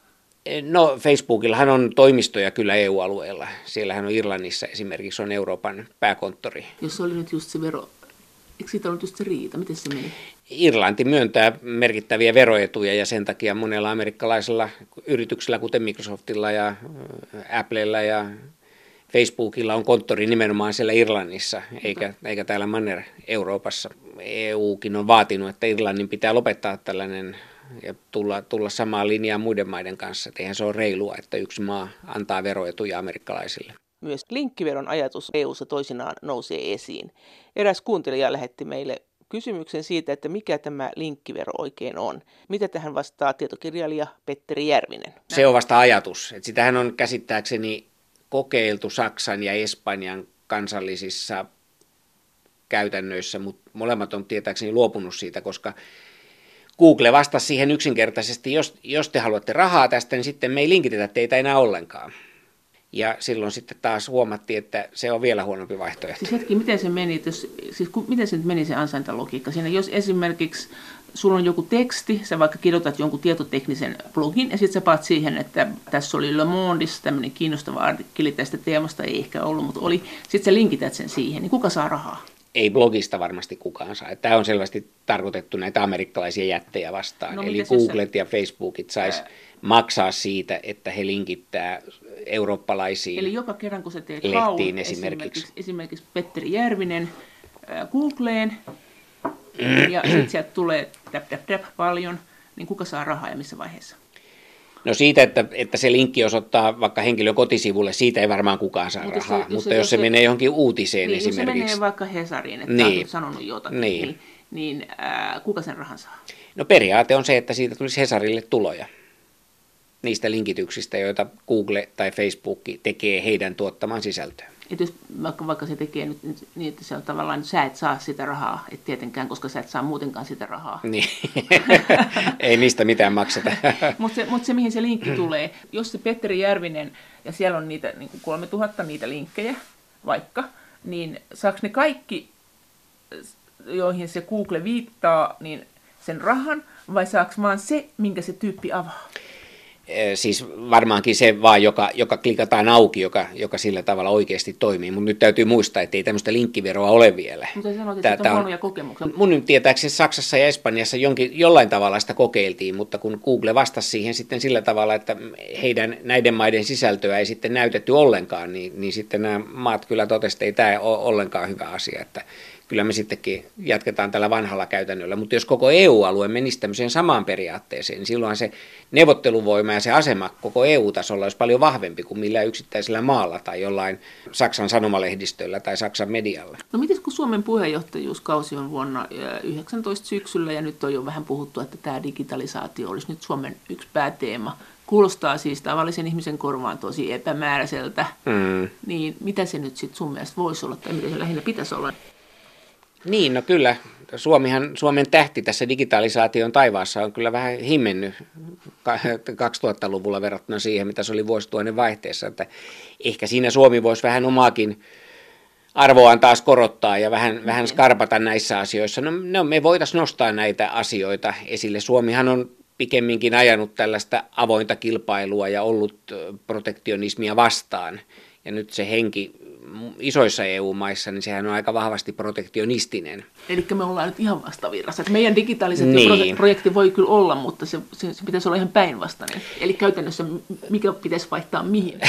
Speaker 2: No Facebookillahan on toimistoja kyllä EU-alueella. Siellähän on Irlannissa esimerkiksi on Euroopan pääkonttori.
Speaker 1: Jos se oli nyt just se vero, eikö siitä ollut just se riita? Miten se meni?
Speaker 2: Irlanti myöntää merkittäviä veroetuja ja sen takia monella amerikkalaisella yrityksellä, kuten Microsoftilla ja Applella ja Facebookilla on konttori nimenomaan siellä Irlannissa, eikä täällä Manner-Euroopassa. EUkin on vaatinut, että Irlannin pitää lopettaa tällainen ja tulla samaan linjaan muiden maiden kanssa. Eihän se ole reilua, että yksi maa antaa veroetuja amerikkalaisille.
Speaker 1: Myös linkkiveron ajatus EU:ssa toisinaan nousee esiin. Eräs kuuntelija lähetti meille kysymyksen siitä, että mikä tämä linkkivero oikein on. Mitä tähän vastaa tietokirjailija Petteri Järvinen?
Speaker 2: Se on vasta ajatus. Että sitähän on käsittääkseni kokeiltu Saksan ja Espanjan kansallisissa käytännöissä, mutta molemmat on tietääkseni luopunut siitä, koska Google vastasi siihen yksinkertaisesti, jos te haluatte rahaa tästä, niin sitten me ei linkitetä teitä enää ollenkaan. Ja silloin sitten taas huomattiin, että se on vielä huonompi vaihtoehto.
Speaker 1: Siis hetki, miten se meni, miten se nyt meni se ansaintalogiikka siinä? Jos esimerkiksi sulla on joku teksti, sä vaikka kirjoitat jonkun tietoteknisen blogin, ja sitten sä paat siihen, että tässä oli Le Mondessa tämmöinen kiinnostava artikkeli tästä teemasta, ei ehkä ollut, mutta oli. Sitten sä linkität sen siihen, niin kuka saa rahaa?
Speaker 2: Ei blogista varmasti kukaan saa. Tämä on selvästi tarkoitettu näitä amerikkalaisia jättejä vastaan. No, eli Googlet ja Facebookit sais maksaa siitä, että he linkittää eurooppalaisiin.
Speaker 1: Eli joka kerran, kun sä teet
Speaker 2: lehtiin
Speaker 1: esimerkiksi Petteri Järvinen Googleen, ja sitten sieltä tulee paljon, niin kuka saa rahaa ja missä vaiheessa?
Speaker 2: No siitä, että se linkki osoittaa vaikka henkilön kotisivulle, siitä ei varmaan kukaan saa rahaa, mutta jos se menee johonkin uutiseen
Speaker 1: niin,
Speaker 2: esimerkiksi.
Speaker 1: Jos se menee vaikka Hesariin, että on sanonut jotakin, niin kuka sen rahan saa?
Speaker 2: No periaate on se, että siitä tulisi Hesarille tuloja niistä linkityksistä, joita Google tai Facebook tekee heidän tuottamaan sisältöön.
Speaker 1: Että jos vaikka se tekee nyt niin, että se on tavallaan, sä et saa sitä rahaa, et tietenkään, koska sä et saa muutenkaan sitä rahaa.
Speaker 2: Niin, ei niistä mitään makseta.
Speaker 1: Mutta se, mihin se linkki tulee, jos se Petteri Järvinen, ja siellä on niitä niin 3000 niitä linkkejä vaikka, niin saako ne kaikki, joihin se Google viittaa, niin sen rahan, vai saako vaan se, minkä se tyyppi avaa?
Speaker 2: Siis varmaankin se vaan, joka klikataan auki, joka sillä tavalla oikeasti toimii. Mutta nyt täytyy muistaa, että ei tämmöistä linkkiveroa ole vielä.
Speaker 1: Mutta sanoit, että on huonoja kokemuksia.
Speaker 2: Mun nyt tietääkseni Saksassa ja Espanjassa jollain tavalla sitä kokeiltiin, mutta kun Google vastasi siihen sitten sillä tavalla, että näiden maiden sisältöä ei sitten näytetty ollenkaan, niin sitten nämä maat kyllä totesivat, että ei tämä ole ollenkaan hyvä asia, että kyllä me sittenkin jatketaan tällä vanhalla käytännöllä, mutta jos koko EU-alue menisi tämmöiseen samaan periaatteeseen, niin silloin se neuvotteluvoima ja se asema koko EU-tasolla olisi paljon vahvempi kuin millään yksittäisellä maalla tai jollain Saksan sanomalehdistöllä tai Saksan medialla.
Speaker 1: No miten kun Suomen puheenjohtajuuskausi on vuonna 2019 syksyllä ja nyt on jo vähän puhuttu, että tämä digitalisaatio olisi nyt Suomen yksi pääteema. Kuulostaa siis tavallisen ihmisen korvaan tosi epämääräiseltä, niin mitä se nyt sitten sun mielestä voisi olla tai mitä se lähinnä pitäisi olla?
Speaker 2: Niin, no kyllä. Suomen tähti tässä digitalisaation taivaassa on kyllä vähän himmennyt 2000-luvulla verrattuna siihen, mitä se oli vuosituhannen vaihteessa. Että ehkä siinä Suomi voisi vähän omaakin arvoaan taas korottaa ja vähän skarpata näissä asioissa. No me voitaisiin nostaa näitä asioita esille. Suomihan on pikemminkin ajanut tällaista avointa kilpailua ja ollut protektionismia vastaan. Ja nyt se henki isoissa EU-maissa, niin sehän on aika vahvasti protektionistinen.
Speaker 1: Eli me ollaan nyt ihan vastavirrassa. Meidän digitalisaatioprojekti voi kyllä olla, mutta se pitäisi olla ihan päinvastainen. Eli käytännössä mikä pitäisi vaihtaa mihin?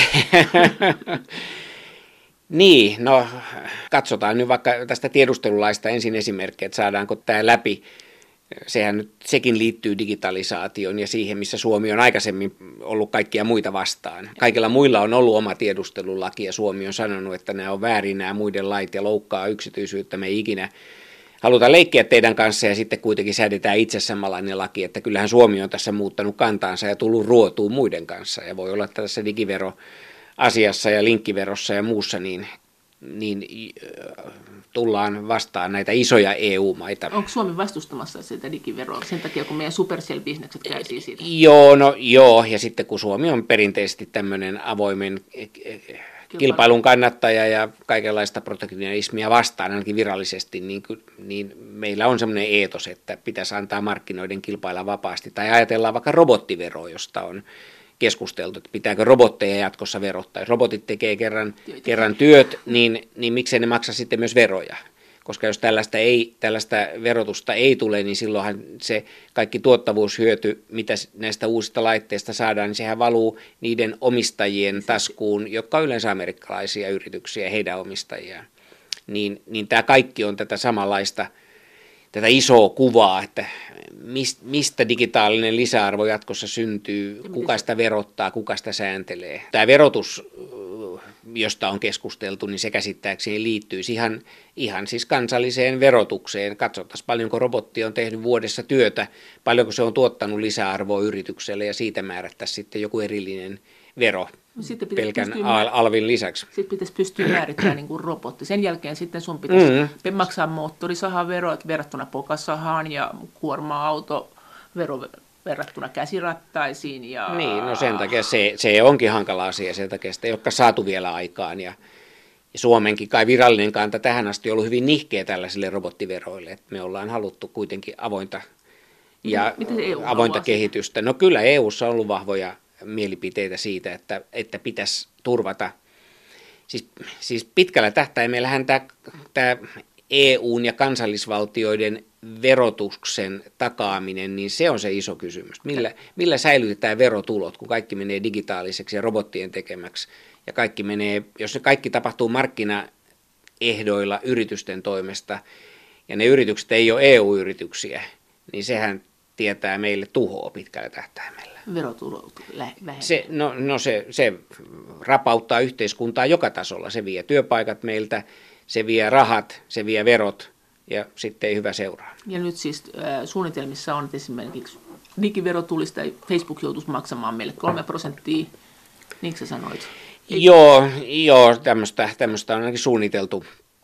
Speaker 2: Niin, no katsotaan nyt vaikka tästä tiedustelulaista ensin esimerkkejä, että saadaanko tämä läpi. Sekin liittyy digitalisaatioon ja siihen, missä Suomi on aikaisemmin ollut kaikkia muita vastaan. Kaikilla muilla on ollut oma tiedustelulaki ja Suomi on sanonut, että nämä on väärin nämä muiden lait ja loukkaa yksityisyyttä. Me ei ikinä halutaan leikkiä teidän kanssa ja sitten kuitenkin säädetään itse samanlainen laki, että kyllähän Suomi on tässä muuttanut kantaansa ja tullut ruotuun muiden kanssa ja voi olla, että tässä digiveroasiassa ja linkkiverossa ja muussa niin tullaan vastaan näitä isoja EU-maita.
Speaker 1: Onko Suomi vastustamassa sitä digiveroa sen takia, kun meidän Supercell-bisnekset kärsii siitä?
Speaker 2: Joo, ja sitten kun Suomi on perinteisesti tämmöinen avoimen kilpailun kannattaja ja kaikenlaista protektionismia vastaan, ainakin virallisesti, niin meillä on semmoinen eetos, että pitäisi antaa markkinoiden kilpailla vapaasti. Tai ajatellaan vaikka robottiveroa, josta on keskusteltu, että pitääkö robotteja jatkossa verottaa. Jos robotit tekee kerran työt, niin miksei ne maksa sitten myös veroja? Koska jos tällaista verotusta ei tule, niin silloinhan se kaikki tuottavuushyöty, mitä näistä uusista laitteista saadaan, niin sehän valuu niiden omistajien taskuun, jotka on yleensä amerikkalaisia yrityksiä, heidän omistajiaan. Niin tämä kaikki on tätä samanlaista, tätä isoa kuvaa, että mistä digitaalinen lisäarvo jatkossa syntyy, kuka sitä verottaa, kuka sitä sääntelee. Tämä verotus, josta on keskusteltu, niin se käsittääkseni liittyisi ihan siis kansalliseen verotukseen. Katsottaisiin paljonko robotti on tehnyt vuodessa työtä, paljonko se on tuottanut lisäarvoa yritykselle ja siitä määrättäisiin sitten joku erillinen vero pelkän alvin lisäksi.
Speaker 1: Sitten pitäisi pystyä määrittämään niin kuin robotti. Sen jälkeen sitten sun pitäisi maksaa moottorisahavero verrattuna pokasahaan ja kuorma-auto verrattuna käsirattaisiin.
Speaker 2: Niin, no sen takia se onkin hankala asia, sen takia sitä ei olekaan saatu vielä aikaan. Ja Suomenkin kai virallinen kanta tähän asti on ollut hyvin nihkeä tällaisille robottiveroille. Että me ollaan haluttu kuitenkin avointa kehitystä. No kyllä EU:ssa on ollut vahvoja mielipiteitä siitä, että pitäisi turvata. Siis pitkällä tähtäimellähän tämä EUn ja kansallisvaltioiden verotuksen takaaminen, niin se on se iso kysymys. Millä säilytetään verotulot, kun kaikki menee digitaaliseksi ja robottien tekemäksi, ja jos se kaikki tapahtuu markkinaehdoilla yritysten toimesta, ja ne yritykset ei ole EU-yrityksiä, niin sehän tietää meille tuhoa pitkällä tähtäimellä.
Speaker 1: Verotulot vähenee.
Speaker 2: Se rapauttaa yhteiskuntaa joka tasolla. Se vie työpaikat meiltä, se vie rahat, se vie verot ja sitten ei hyvä seuraa.
Speaker 1: Ja nyt siis suunnitelmissa on, että esimerkiksi digiverotulista Facebook joutuisi maksamaan meille 3%, niin sä sanoit?
Speaker 2: Joo, tämmöistä on ainakin suunniteltu.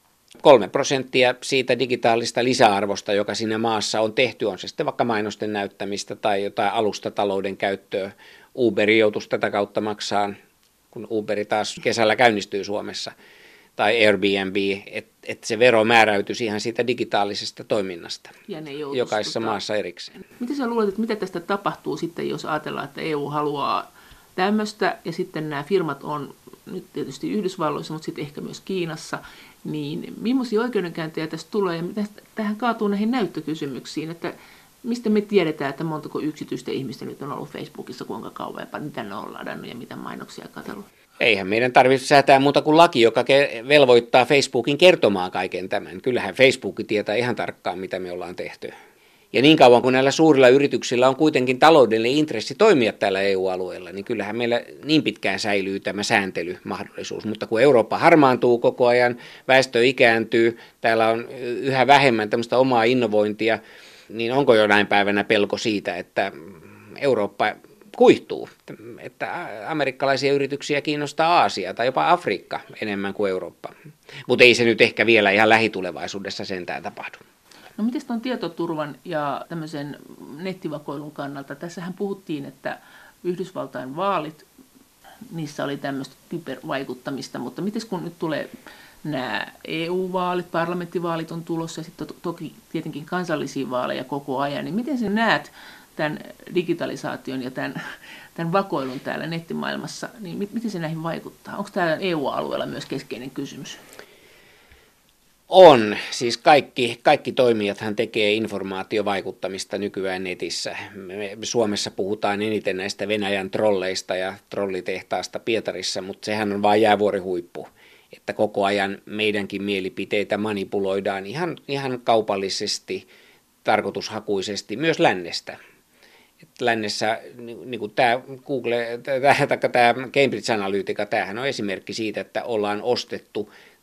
Speaker 2: 3% siitä digitaalista lisäarvosta, joka siinä maassa on tehty, on se sitten vaikka mainosten näyttämistä tai jotain alustatalouden käyttöä. Uber joutuisi tätä kautta maksamaan, kun Uberi taas kesällä käynnistyy Suomessa, tai Airbnb, että se vero määräytyisi ihan siitä digitaalisesta toiminnasta jokaisessa maassa erikseen.
Speaker 1: Miten sä luulet, että mitä tästä tapahtuu sitten, jos ajatellaan, että EU haluaa tämmöistä, ja sitten nämä firmat on nyt tietysti Yhdysvalloissa, mutta sitten ehkä myös Kiinassa, niin millaisia oikeudenkäyntejä tästä tulee, ja tähän kaatuu näihin näyttökysymyksiin, että mistä me tiedetään, että montako yksityistä ihmistä nyt on ollut Facebookissa, kuinka kauan, mitä ne on ladannut ja mitä mainoksia katsellut.
Speaker 2: Eihän meidän tarvitse säätää muuta kuin laki, joka velvoittaa Facebookin kertomaan kaiken tämän. Kyllähän Facebook tietää ihan tarkkaan, mitä me ollaan tehty. Ja niin kauan kuin näillä suurilla yrityksillä on kuitenkin taloudellinen intressi toimia täällä EU-alueella, niin kyllähän meillä niin pitkään säilyy tämä sääntelymahdollisuus. Mutta kun Eurooppa harmaantuu koko ajan, väestö ikääntyy, täällä on yhä vähemmän tämmöistä omaa innovointia, niin onko jonain päivänä pelko siitä, että Eurooppa kuihtuu, että amerikkalaisia yrityksiä kiinnostaa Aasia tai jopa Afrikka enemmän kuin Eurooppa. Mutta ei se nyt ehkä vielä ihan lähitulevaisuudessa sentään tapahdu.
Speaker 1: No miten tuon tietoturvan ja tämmöisen nettivakoilun kannalta? Tässähän puhuttiin, että Yhdysvaltain vaalit, niissä oli tämmöistä kybervaikuttamista, mutta miten kun nyt tulee nämä EU-vaalit, parlamenttivaalit on tulossa ja sitten toki tietenkin kansallisia vaaleja koko ajan, niin miten sä näet tämän digitalisaation ja tämän vakoilun täällä nettimaailmassa, niin miten se näihin vaikuttaa? Onko tämä EU-alueella myös keskeinen kysymys?
Speaker 2: On. Siis kaikki toimijathan tekee informaatiovaikuttamista nykyään netissä. Me Suomessa puhutaan eniten näistä Venäjän trolleista ja trollitehtaasta Pietarissa, mutta sehän on vain jäävuorihuippu. Että koko ajan meidänkin mielipiteitä manipuloidaan ihan kaupallisesti, tarkoitushakuisesti, myös lännestä. Lännessä, niin kuin tämä Google, tämä Cambridge Analytica, tämähän on esimerkki siitä, että ollaan ostettu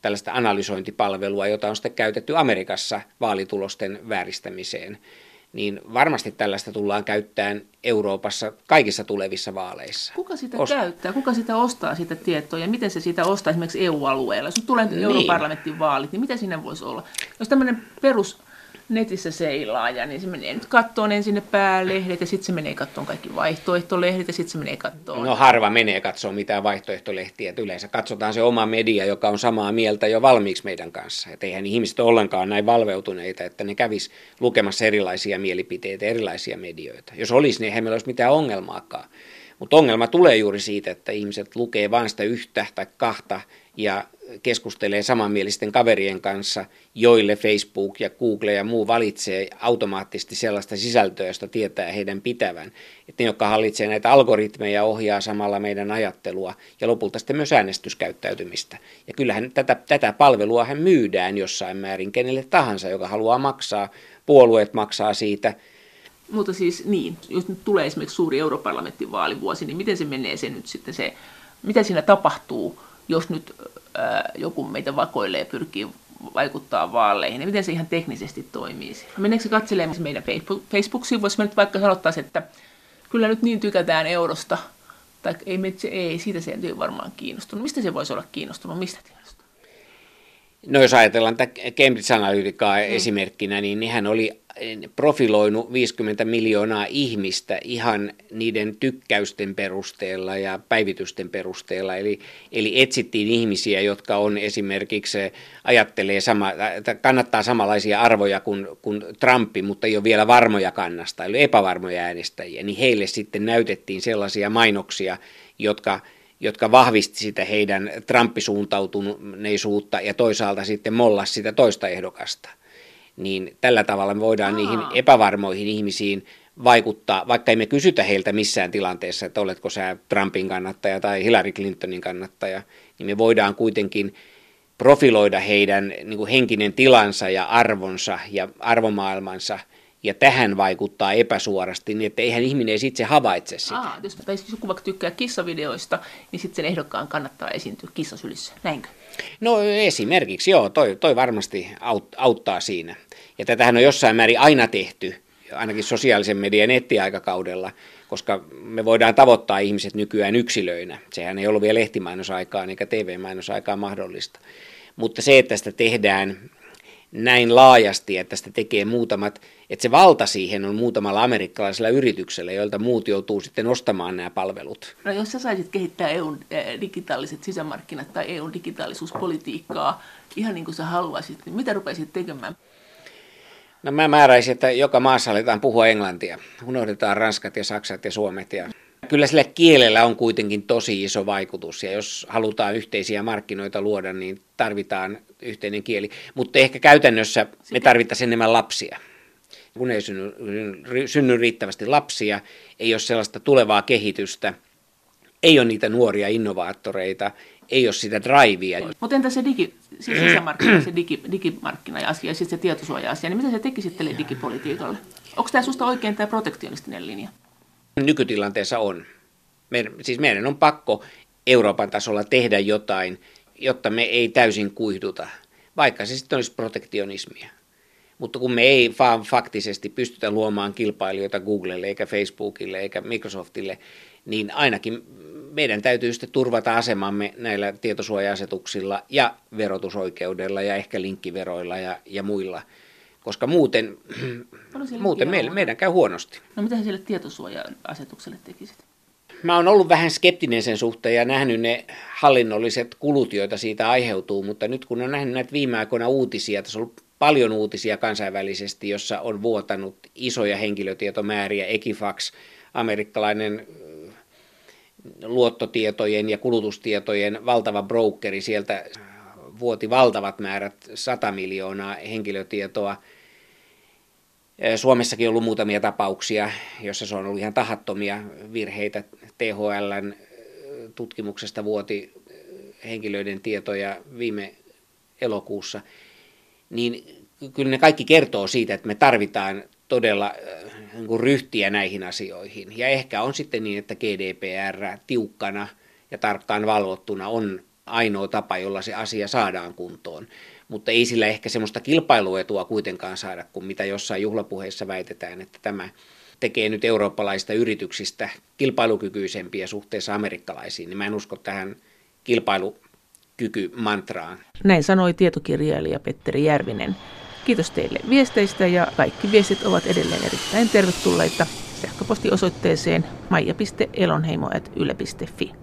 Speaker 2: tällaista analysointipalvelua, jota on sitten käytetty Amerikassa vaalitulosten vääristämiseen, niin varmasti tällaista tullaan käyttämään Euroopassa kaikissa tulevissa vaaleissa.
Speaker 1: Kuka sitä käyttää? Kuka sitä ostaa sitä tietoa ja miten se sitä ostaa esimerkiksi EU-alueella? Jos nyt tulee europarlamentin vaalit, niin mitä siinä voisi olla? Jos tämmöinen perus netissä seilaaja, niin se menee nyt kattoon ensin ne päälehdet ja sitten se menee kattoon kaikki vaihtoehtolehdet ja sitten se menee kattoon.
Speaker 2: No harva menee katsoa mitään vaihtoehtolehtiä, että yleensä katsotaan se oma media, joka on samaa mieltä jo valmiiksi meidän kanssa. Että eihän ihmiset ole ollenkaan näin valveutuneita, että ne kävis lukemassa erilaisia mielipiteitä, erilaisia medioita. Jos olisi, niin eihän meillä olisi mitään ongelmaakaan. Mutta ongelma tulee juuri siitä, että ihmiset lukee vain sitä yhtä tai kahta ja keskustelee samanmielisten kaverien kanssa, joille Facebook ja Google ja muu valitsee automaattisesti sellaista sisältöä, josta tietää heidän pitävän. Että ne, jotka hallitsee näitä algoritmeja, ohjaa samalla meidän ajattelua ja lopulta sitten myös äänestyskäyttäytymistä. Ja kyllähän tätä palvelua myydään jossain määrin kenelle tahansa, joka haluaa maksaa. Puolueet maksaa siitä.
Speaker 1: Mutta siis niin, jos nyt tulee esimerkiksi suuri europarlamenttivaalivuosi, niin miten se menee se nyt sitten mitä siinä tapahtuu, jos nyt joku meitä vakoilee ja pyrkii vaikuttaa vaaleihin, niin miten se ihan teknisesti toimii? Meneekö se katselemaan meidän Facebook-sivuja, jos me nyt vaikka sanottaisiin, että kyllä nyt niin tykätään eurosta, tai ei siitä se ei varmaan kiinnostunut. Mistä se voisi olla kiinnostunut? Mistä tiedosta?
Speaker 2: No jos ajatellaan tätä Cambridge Analyticaa esimerkkinä, niin nehän oli profiloinut 50 miljoonaa ihmistä ihan niiden tykkäysten perusteella ja päivitysten perusteella. Eli etsittiin ihmisiä, jotka on esimerkiksi kannattaa samanlaisia arvoja kuin Trumpi, mutta ei ole vielä varmoja kannasta, eli epävarmoja äänestäjiä. Niin heille sitten näytettiin sellaisia mainoksia, jotka vahvisti sitä heidän Trump-suuntautuneisuutta ja toisaalta sitten mollasi sitä toista ehdokasta. Niin tällä tavalla me voidaan niihin epävarmoihin ihmisiin vaikuttaa, vaikka emme kysytä heiltä missään tilanteessa, että oletko sä Trumpin kannattaja tai Hillary Clintonin kannattaja, niin me voidaan kuitenkin profiloida heidän niin kuin henkinen tilansa ja arvonsa ja arvomaailmansa, ja tähän vaikuttaa epäsuorasti, niin että eihän ihminen itse havaitse sitä.
Speaker 1: Jos joku vaikka tykkää kissavideoista, niin sitten sen ehdokkaan kannattaa esiintyä kissasylissä, näinkö?
Speaker 2: No esimerkiksi joo, toi varmasti auttaa siinä. Ja tätähän on jossain määrin aina tehty, ainakin sosiaalisen median nettiaikakaudella, koska me voidaan tavoittaa ihmiset nykyään yksilöinä. Sehän ei ollut vielä lehtimainosaikaan eikä TV-mainosaikaan mahdollista. Mutta se, että sitä tehdään näin laajasti, että sitä tekee muutamat, että se valta siihen on muutamalla amerikkalaisella yrityksellä, joilta muut joutuu sitten ostamaan nämä palvelut.
Speaker 1: No jos sä saisit kehittää EUn digitaaliset sisämarkkinat tai EUn digitaalisuuspolitiikkaa ihan niin kuin sä haluaisit, niin mitä rupeisit tekemään?
Speaker 2: No mä määräisin, että joka maassa aletaan puhua englantia. Unohdetaan ranskat ja saksat ja suomet. Ja kyllä sillä kielellä on kuitenkin tosi iso vaikutus, ja jos halutaan yhteisiä markkinoita luoda, niin tarvitaan yhteinen kieli. Mutta ehkä käytännössä me tarvitaan enemmän lapsia. Kun ei synny riittävästi lapsia, ei ole sellaista tulevaa kehitystä, ei ole niitä nuoria innovaattoreita, ei ole sitä drivea.
Speaker 1: Mutta entä se sisämarkkina, se digimarkkina-asia ja sitten se tietosuoja-asia, niin mitä se tekisit tälle digipolitiikalle? Onko tämä susta oikein tämä protektionistinen linja?
Speaker 2: Nykytilanteessa on. Meidän on pakko Euroopan tasolla tehdä jotain, jotta me ei täysin kuihduta, vaikka se sitten olisi protektionismia. Mutta kun me ei vaan faktisesti pystytä luomaan kilpailijoita Googlelle eikä Facebookille eikä Microsoftille, niin ainakin meidän täytyy sitten turvata asemamme näillä tietosuoja-asetuksilla ja verotusoikeudella ja ehkä linkkiveroilla ja muilla, koska muuten meidän käy huonosti.
Speaker 1: No mitä sille tietosuoja-asetukselle tekisit?
Speaker 2: Mä oon ollut vähän skeptinen sen suhteen ja nähnyt ne hallinnolliset kulut, joita siitä aiheutuu, mutta nyt kun on nähnyt näitä viime aikoina uutisia, tässä on ollut paljon uutisia kansainvälisesti, jossa on vuotanut isoja henkilötietomääriä, Equifax, amerikkalainen luottotietojen ja kulutustietojen valtava brokeri, sieltä vuoti valtavat määrät 100 miljoonaa henkilötietoa. Suomessakin on ollut muutamia tapauksia, joissa se on ollut ihan tahattomia virheitä. THL:n tutkimuksesta vuoti henkilöiden tietoja viime elokuussa. Niin kyllä ne kaikki kertoo siitä, että me tarvitaan todella ryhtiä näihin asioihin. Ja ehkä on sitten niin, että GDPR tiukkana ja tarkkaan valvottuna on ainoa tapa, jolla se asia saadaan kuntoon. Mutta ei sillä ehkä semmoista kilpailuetua kuitenkaan saada, kuin mitä jossain juhlapuheissa väitetään, että tämä tekee nyt eurooppalaisista yrityksistä kilpailukykyisempiä suhteessa amerikkalaisiin, niin mä en usko tähän kilpailukykymantraan.
Speaker 1: Näin sanoi tietokirjailija Petteri Järvinen. Kiitos teille viesteistä ja kaikki viestit ovat edelleen erittäin tervetulleita sähköpostiosoitteeseen maija.elonheimo@yle.fi.